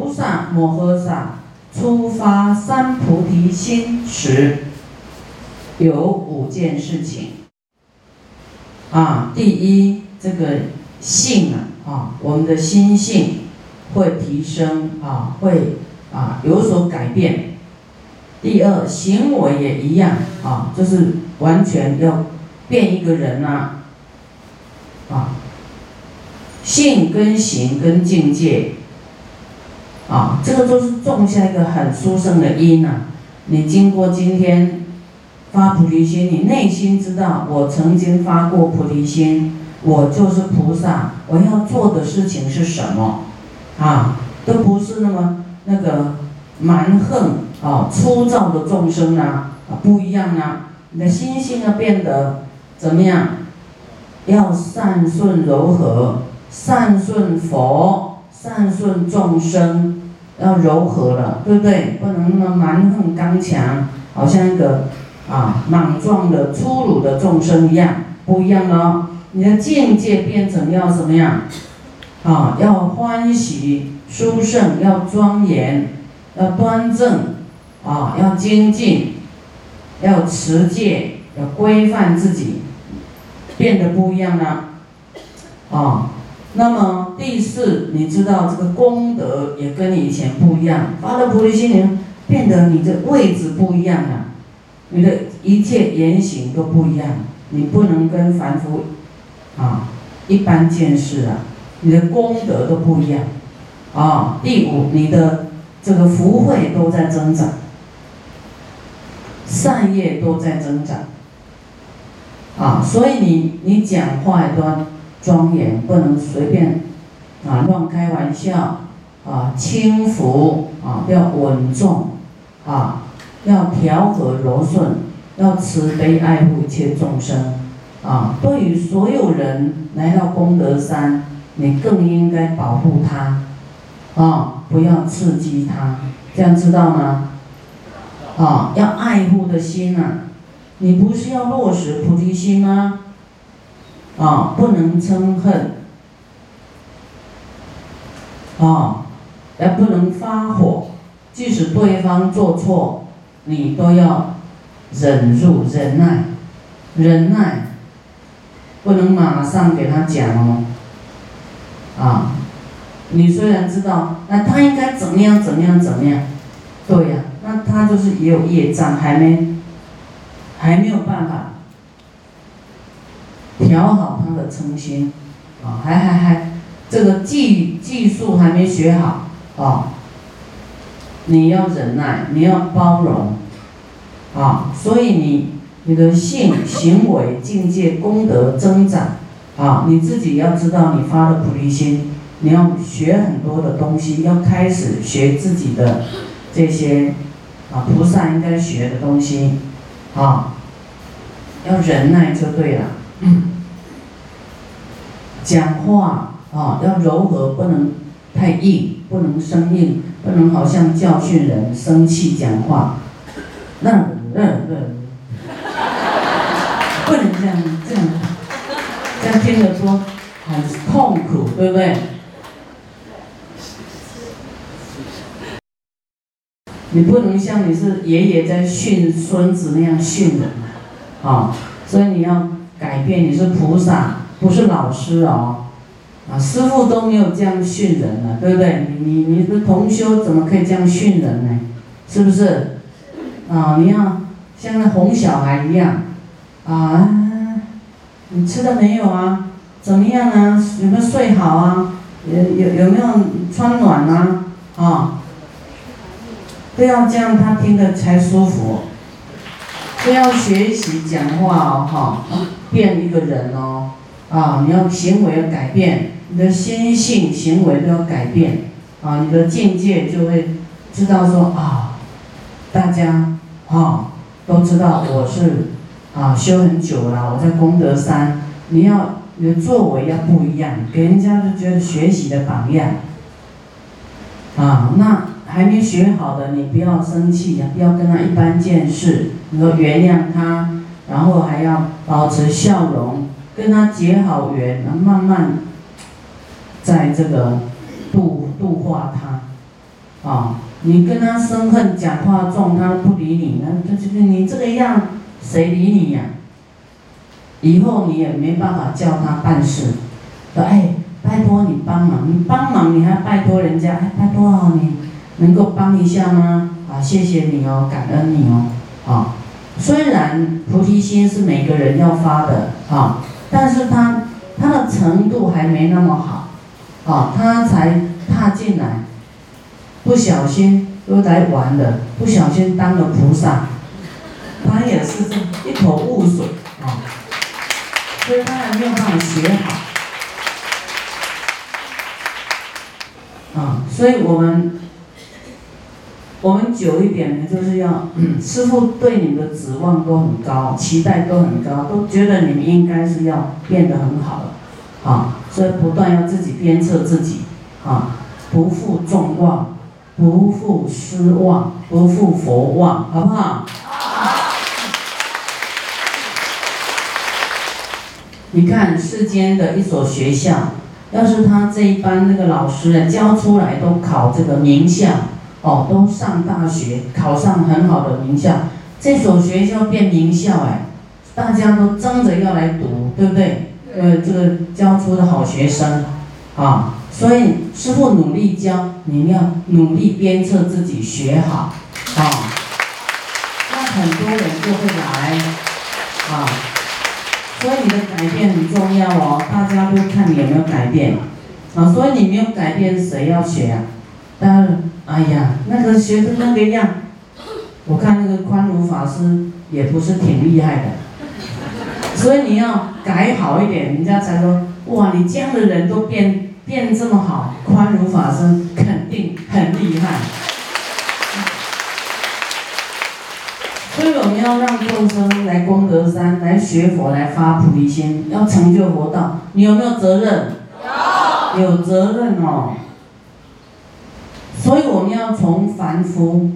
菩萨摩诃萨初发三菩提心时，有5件事情。第一，这个性我们的心性会提升会有所改变。第二，行为也一样就是完全要变一个人性跟行跟境界这个都是种下一个很殊胜的因你经过今天发菩提心，你内心知道我曾经发过菩提心，我就是菩萨，我要做的事情是什么都不是那个蛮横粗糙的众生不一样你的心性要变得怎么样？要善顺柔和，善顺佛，善顺众生，要柔和了，对不对？不能那么蛮横刚强，好像一个莽撞的粗鲁的众生一样，不一样了你的境界变成要什么样？要欢喜殊胜，要庄严，要端正要精进，要持戒，要规范自己，变得不一样了那么第4，你知道这个功德也跟你以前不一样，发了菩提心，你变得你的位置不一样了，你的一切言行都不一样，你不能跟凡夫一般见识你的功德都不一样第5，你的这个福慧都在增长，善业都在增长所以你讲话也都要庄严，不能随便乱开玩笑轻浮要稳重要调和柔顺，要慈悲爱护一切众生对于所有人来到功德山，你更应该保护他不要刺激他，这样知道吗？要爱护的心你不是要落实菩提心吗？不能嗔恨也不能发火，即使对方做错，你都要忍住忍耐，不能马上给他讲你虽然知道那他应该怎么样，对呀那他就是也有业障，还没有办法调好他的嗔心还这个技术还没学好你要忍耐，你要包容所以你的行为境界功德增长你自己要知道你发了菩提心，你要学很多的东西，要开始学自己的这些菩萨应该学的东西要忍耐就对了讲话要柔和，不能太硬，不能生硬，不能好像教训人生气讲话不能这样听得多很痛苦，对不对？你不能像你是爷爷在训孙子那样训人所以你要改变，你是菩萨，不是老师师父都没有这样训人了，对不对？你的同修怎么可以这样训人呢？是不是？你要像那哄小孩一样你吃了没有怎么样有没有睡好有没有穿暖都要这样，他听得才舒服。都要学习讲话变一个人你要行为要改变，你的心性行为都要改变你的境界就会知道说大家都知道我是修很久了，我在功德山，你的作为要不一样，给人家就觉得学习的榜样那还没学好的，你不要生气不要跟他一般见识，你说原谅他，然后还要保持笑容，跟他结好缘，然后慢慢在这个度化他啊，你跟他生恨，讲话重，他不理你，那就是你这个样，谁理你呀？以后你也没办法叫他办事，说哎，拜托你帮忙，你帮忙你还拜托人家，哎，拜托啊，你能够帮一下吗？啊，谢谢你哦，感恩你哦，啊，虽然菩提心是每个人要发的啊，但是他的程度还没那么好，啊，他才踏进来，不小心又来玩的，不小心当了菩萨，他也是这一头雾水啊。所以他还没有办法学好，啊，所以我们久一点呢，就是要，师父对你的指望都很高，期待都很高，都觉得你们应该是要变得很好了，啊，所以不断要自己鞭策自己，啊，不负众望，不负师望，不负佛望，好不好？你看世间的一所学校，要是他这一班那个老师呢教出来都考这个名校，哦，都上大学，考上很好的名校，这所学校变名校哎，大家都争着要来读，对不对？这个教出的好学生，啊，所以师父努力教，你们要努力鞭策自己学好，啊，那很多人就会来，啊。所以你的改变很重要哦，大家都看你有没有改变，啊，所以你没有改变，谁要学啊？当然，哎呀，那个学的那个样，我看那个宽如法师也不是挺厉害的，所以你要改好一点，人家才说，哇，你这样的人都变这么好，宽如法师肯定很厉害。所以我们要让众生来功德山，来学佛，来发菩提心，要成就佛道。你有没有责任？有责任哦。所以我们要从凡夫，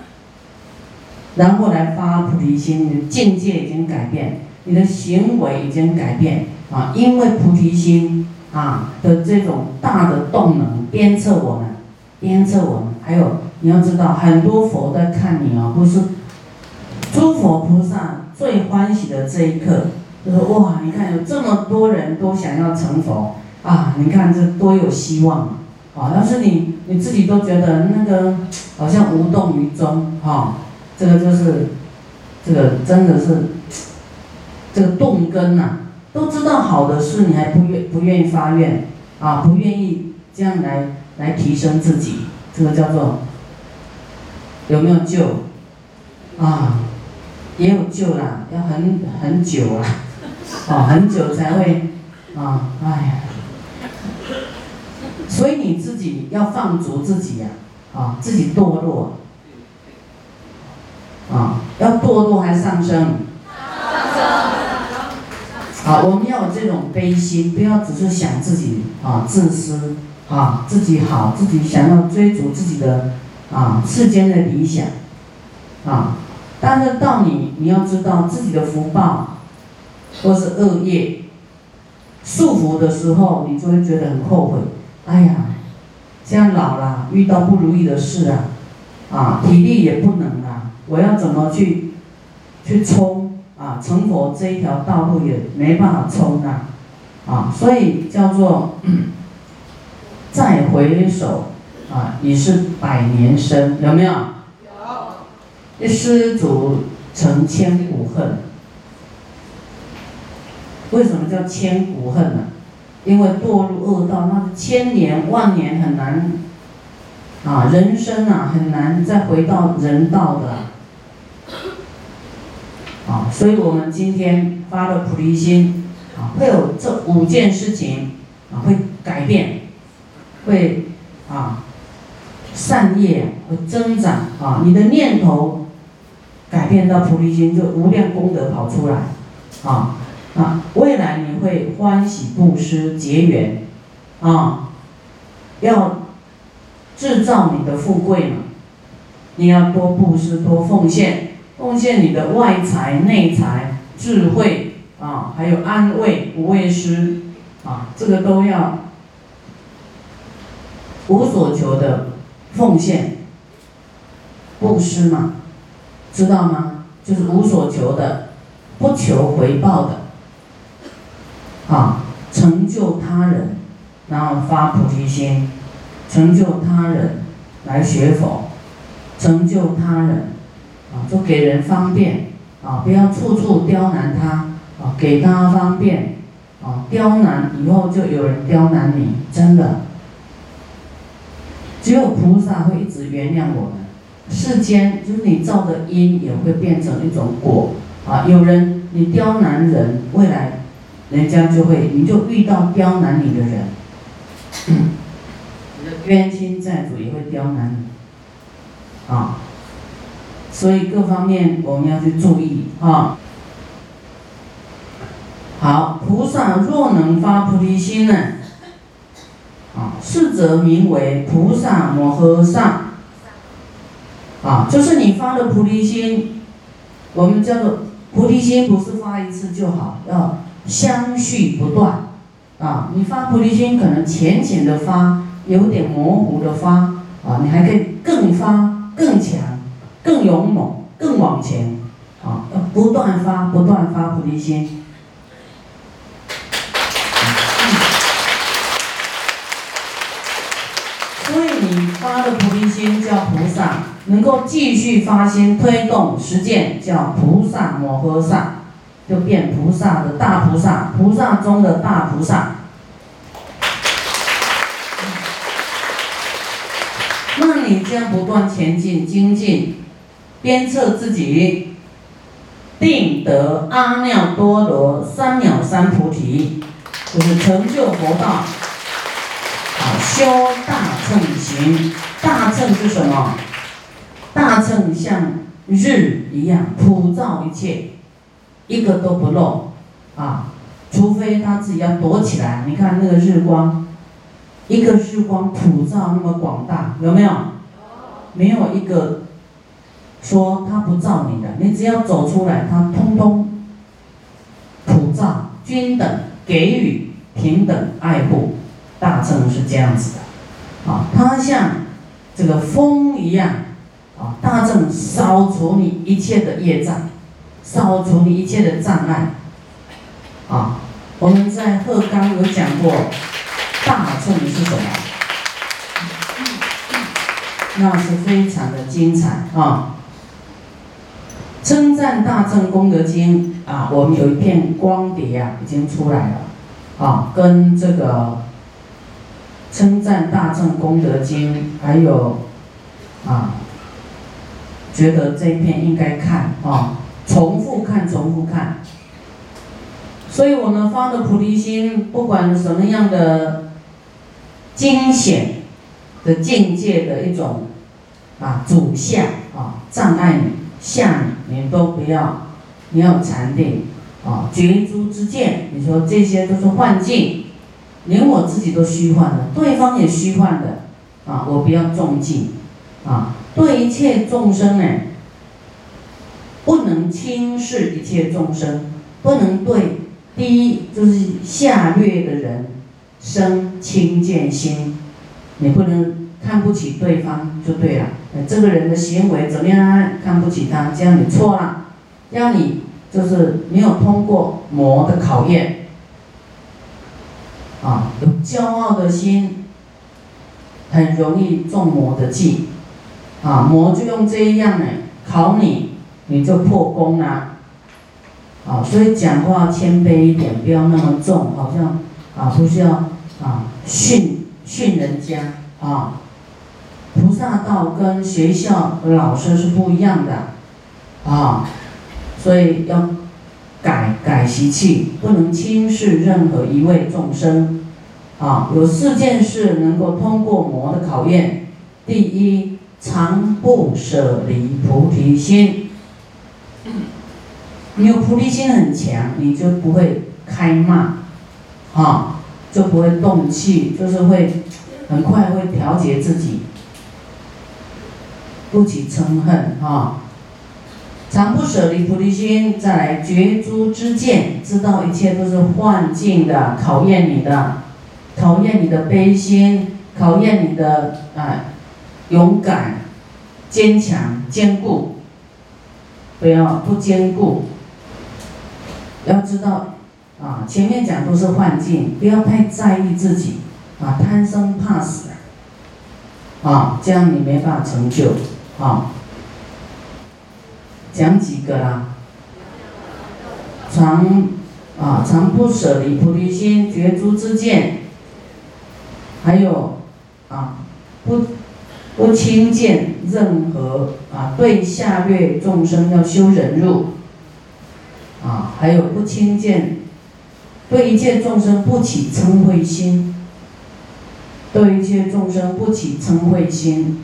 然后来发菩提心，你的境界已经改变，你的行为已经改变啊！因为菩提心啊的这种大的动能，鞭策我们。还有你要知道，很多佛在看你哦，不是。诸佛菩萨最欢喜的这一刻，就是哇，你看有这么多人都想要成佛啊！你看这多有希望啊！要是你自己都觉得那个好像无动于衷啊，这个就是这个真的是这个动根呐，都知道好的事，你还不愿意发愿啊，不愿意这样来提升自己，这个叫做有没有救啊？也有救啦，要很久啦，哦，很久才会，啊，哎呀，所以你自己要放逐自己呀，啊，自己堕落，啊，要堕落还上升？上升。啊，我们要有这种悲心，不要只是想自己啊自私啊，自己好，自己想要追逐自己的啊世间的理想，啊。但是到你要知道自己的福报，或是恶业束缚的时候，你就会觉得很后悔。哎呀，这样老了，遇到不如意的事啊，体力也不能啊，我要怎么去冲啊？成佛这一条道路也没办法冲啊，所以叫做再回首啊，已是百年身，有没有？施主成千古恨，为什么叫千古恨呢？因为堕入恶道，那是千年万年很难啊，人生啊很难再回到人道的啊，所以我们今天发了菩提心啊，会有这5件事情啊，会改变，会啊善业会增长啊，你的念头改变到菩提心，就无量功德跑出来，未来你会欢喜布施结缘，要制造你的富贵嘛，你要多布施多奉献，奉献你的外财内财智慧还有安慰无畏施这个都要无所求的奉献、布施嘛，知道吗？就是无所求的，不求回报的，啊，成就他人，然后发菩提心，成就他人来学佛，成就他人，啊，就给人方便，啊，不要处处刁难他，啊，给他方便，啊，刁难以后就有人刁难你，真的。只有菩萨会一直原谅我们，世间就是你造的因也会变成一种果，啊，有人你刁难人，未来人家就会，你就遇到刁难你的人，你的冤亲债主也会刁难你，啊，所以各方面我们要去注意啊。好，菩萨若能发菩提心呢，啊，是则名为菩萨摩诃萨。啊，就是你发的菩提心，我们叫做菩提心，不是发一次就好，要相续不断。啊，你发菩提心可能浅浅的发，有点模糊的发，啊，你还可以更发更强、更勇猛、更往前，啊，要不断发、不断发菩提心。所以你发的菩提心叫菩萨，能够继续发心推动实践叫菩萨摩诃萨，就变菩萨的大菩萨，菩萨中的大菩萨。那你这样不断前进精进，鞭策自己，定得阿耨多罗三藐三菩提，就是成就佛道。修大乘行，大乘是什么？大乘像日一样普照一切，一个都不漏，啊，除非他自己要躲起来。你看那个日光，一个日光普照那么广大，有没有？没有一个说他不照你的，你只要走出来，他通通普照，均等给予，平等爱护。大乘是这样子的，啊，它像这个风一样，啊，大乘扫除你一切的业障，扫除你一切的障碍，啊，我们在鹤冈有讲过，大乘是什么？那是非常的精彩啊！称赞大乘功德经啊，我们有一片光碟啊，已经出来了，啊，跟这个。称赞大乘功德经，还有啊，觉得这一篇应该看啊，重复看，重复看。所以我们发的菩提心，不管什么样的惊险的境界的一种啊阻吓啊障碍你吓你，你都不要，你要禅定啊，觉诸之见，你说这些都是幻境。连我自己都虚幻了，对方也虚幻的，啊，我不要重敬，啊，对一切众生呢，不能轻视一切众生，不能对低就是下劣的人生轻贱心，你不能看不起对方就对了，这个人的行为怎么样看不起他，这样你错了，这样你就是没有通过魔的考验。啊，有骄傲的心，很容易中魔的计，啊，魔就用这样呢考你，你就破功啦，啊，所以讲话谦卑一点，不要那么重，好像啊不是要啊训人家啊，菩萨道跟学校的老师是不一样的，啊，所以要改习气，不能轻视任何一位众生。啊，有4件事能够通过魔的考验。第一，常不舍离菩提心。你有菩提心很强，你就不会开骂，啊，就不会动气，就是会很快会调节自己，不起嗔恨啊。常不舍离菩提心，再来觉诸之见，知道一切都是幻境的，考验你的。考验你的悲心，考验你的勇敢、坚强、坚固，不要不坚固。要知道啊，前面讲都是幻境，不要太在意自己啊，贪生怕死啊，这样你没办法成就啊。讲几个啦？常不舍离菩提心，觉诸知见，还有不轻贱任何对下劣众生要修忍辱还有不轻贱，对一切众生不起嗔恚心，对一切众生不起嗔恚心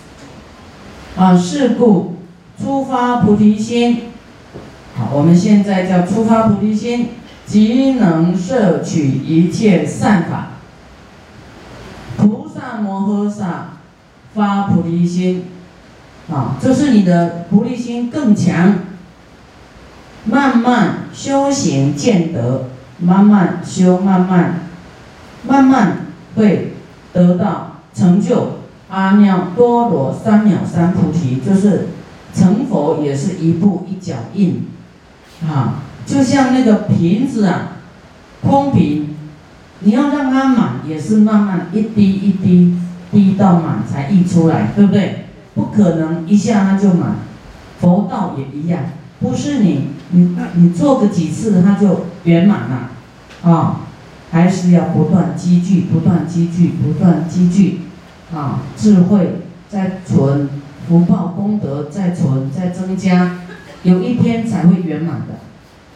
是故初发菩提心。好，我们现在叫初发菩提心，即能摄取一切善法。菩萨摩诃萨发菩提心就是你的菩提心更强，慢慢修行见得，慢慢修，慢慢会得到成就阿耨多罗三藐三菩提，就是成佛也是一步一脚印就像那个瓶子空瓶，你要让它满，也是慢慢一滴一滴滴到满才溢出来，对不对？不可能一下它就满。佛道也一样，不是你做个几次它就圆满了还是要不断积聚，不断积聚，不断积聚智慧在存，福报功德在存，在增加，有一天才会圆满的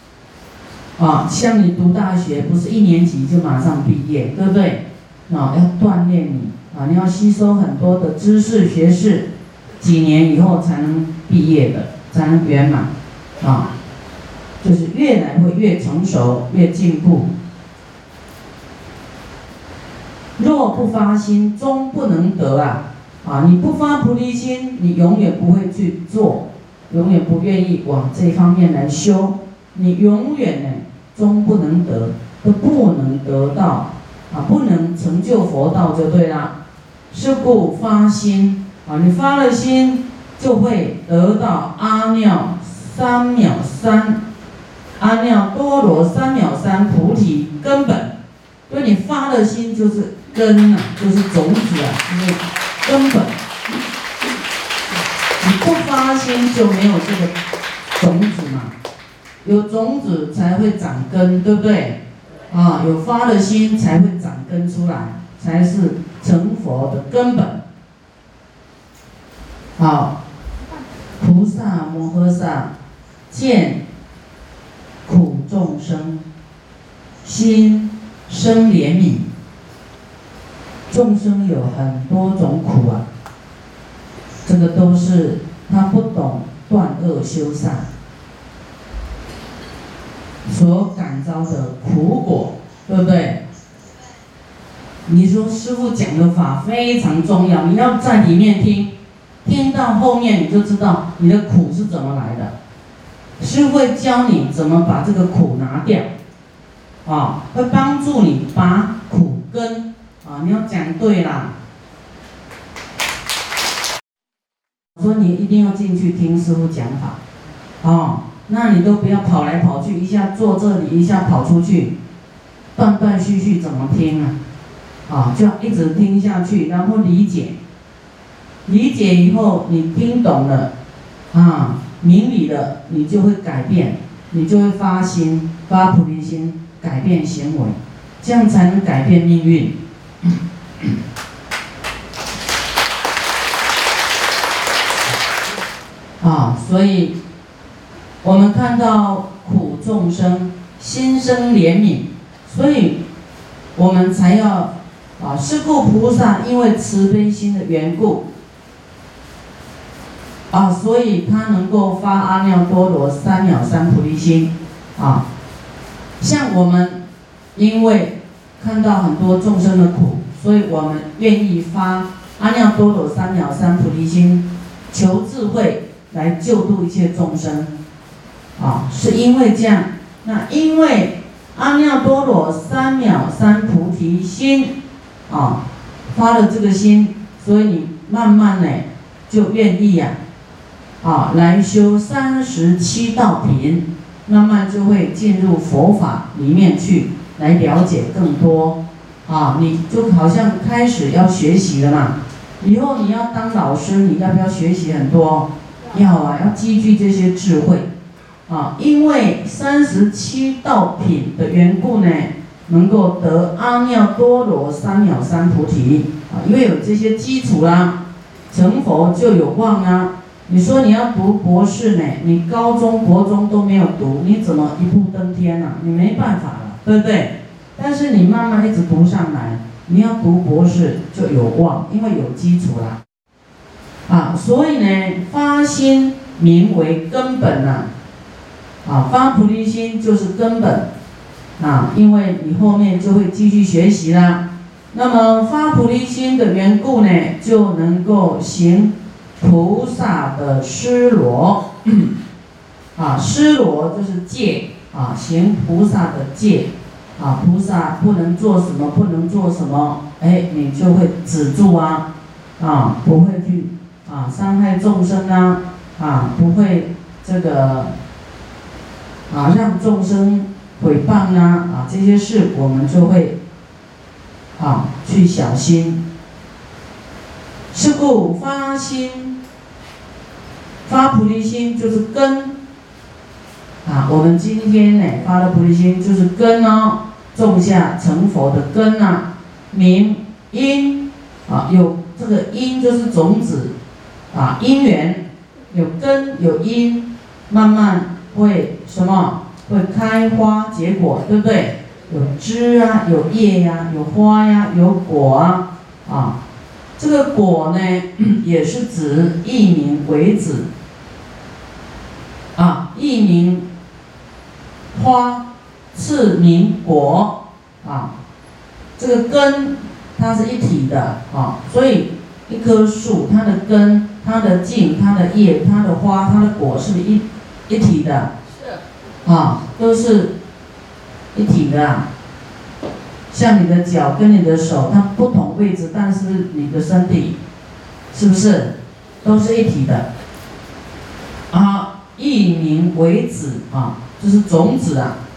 像你读大学，不是1年级就马上毕业，对不对？要锻炼你你要吸收很多的知识学识，几年以后才能毕业的，才能圆满就是越来会越成熟，越进步。若不发心，终不能得你不发菩提心，你永远不会去做，永远不愿意往这方面来修，你永远终不能得，都不能得到不能成就佛道就对了。是故发心你发了心，就会得到阿耨多罗三藐三菩提根本。所以你发了心就是根就是种子就是根本。你不发心就没有这个种子嘛，有种子才会长根，对不对？有发了心才会长根出来，才是成佛的根本。好，菩萨摩诃萨见苦众生，心生怜悯。众生有很多种苦这个都是他不懂断恶修善所感召的苦果，对不对？你说师父讲的法非常重要，你要在里面听到后面你就知道你的苦是怎么来的。师父会教你怎么把这个苦拿掉会帮助你拔苦根你要讲对啦。我说你一定要进去听师父讲法那你都不要跑来跑去，一下坐这里，一下跑出去，断断续续怎么听就要一直听下去，然后理解以后你听懂了明理了，你就会改变，你就会发心发菩提心，改变行为，这样才能改变命运所以我们看到苦众生心生怜悯，所以我们才要是故菩萨因为慈悲心的缘故所以他能够发阿耨多罗三藐三菩提心像我们因为看到很多众生的苦，所以我们愿意发阿耨多罗三藐三菩提心，求智慧来救度一切众生是因为这样。那因为阿耨多罗三藐三菩提心发了这个心，所以你慢慢呢就愿意呀，来修37道品，慢慢就会进入佛法里面去，来了解更多。你就好像开始要学习了嘛。以后你要当老师，你要不要学习很多？要啊，要积聚这些智慧。因为37道品的缘故呢，能够得阿耨多罗三藐三菩提。因为有这些基础啦，成佛就有望啊。你说你要读博士呢，你高中、国中都没有读，你怎么一步登天啊？你没办法了，对不对？但是你慢慢一直读上来，你要读博士就有望，因为有基础啦。所以呢，发心名为根本发菩提心就是根本因为你后面就会继续学习啦。那么发菩提心的缘故呢，就能够行菩萨的施罗施罗就是戒行菩萨的戒菩萨不能做什么，不能做什么，你就会止住不会去伤害众生不会这个让众生毁谤这些事我们就会去小心。是故发心发菩提心就是根我们今天呢发的菩提心就是根种下成佛的根名因有这个因就是种子因缘，有根有因，慢慢会什么？会开花结果，对不对？有枝有叶有花有果这个果呢，也是指一名为子一名花，次名果这个根它是一体的所以一棵树，它的根、它的茎、它的叶、它的花、它的果，是不是一体的？是都是一体的像你的脚跟你的手，它不同位置，但是你的身体是不是都是一体的？一名为子就是种子